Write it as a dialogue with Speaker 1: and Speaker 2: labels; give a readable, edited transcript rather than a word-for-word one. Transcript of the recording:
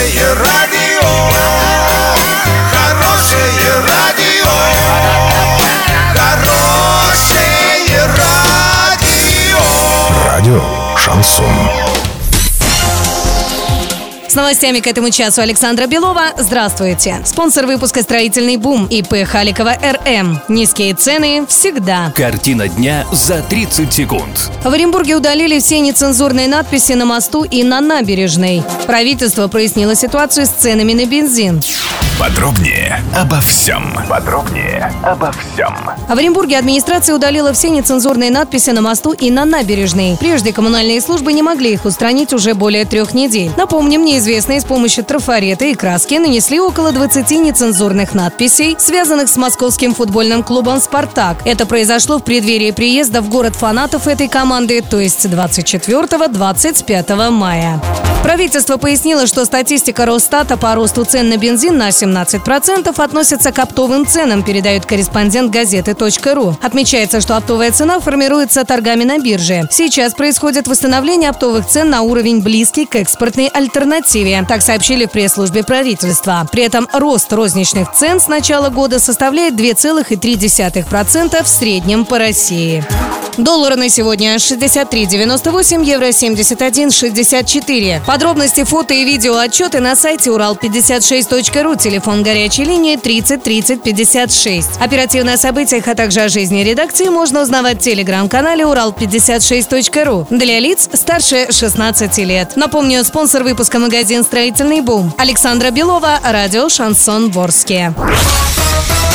Speaker 1: Хорошее радио, хорошее радио, хорошее радио.
Speaker 2: Радио «Шансон».
Speaker 3: С новостями к этому часу Александра Белова. Здравствуйте. Спонсор выпуска «Строительный бум» ИП Халикова РМ. Низкие цены всегда.
Speaker 4: Картина дня за 30 секунд.
Speaker 3: В Оренбурге удалили все нецензурные надписи на мосту и на набережной. Правительство прояснило ситуацию с ценами на бензин.
Speaker 2: Подробнее обо всем.
Speaker 3: В Оренбурге администрация удалила все нецензурные надписи на мосту и на набережной. Прежде коммунальные службы не могли их устранить уже более 3 недель. Напомним, неизвестные с помощью трафарета и краски нанесли около 20 нецензурных надписей, связанных с московским футбольным клубом «Спартак». Это произошло в преддверии приезда в город фанатов этой команды, то есть 24-25 мая. Правительство пояснило, что статистика Росстата по росту цен на бензин на 17% относится к оптовым ценам, передает корреспондент газеты.ру. Отмечается, что оптовая цена формируется торгами на бирже. Сейчас происходит восстановление оптовых цен на уровень, близкий к экспортной альтернативе. Так сообщили в пресс-службе правительства. При этом рост розничных цен с начала года составляет 2,3% в среднем по России. Доллары на сегодня 63,98, евро 71,64. Подробности, фото и видео отчеты на сайте урал56.ру, телефон горячей линии 30 30 56. Оперативно о событиях, а также о жизни редакции можно узнавать в телеграм-канале урал56.ру для лиц старше 16 лет. Напомню, спонсор выпуска магазин «Строительный бум». Александра Белова, радио «Шансон Ворске».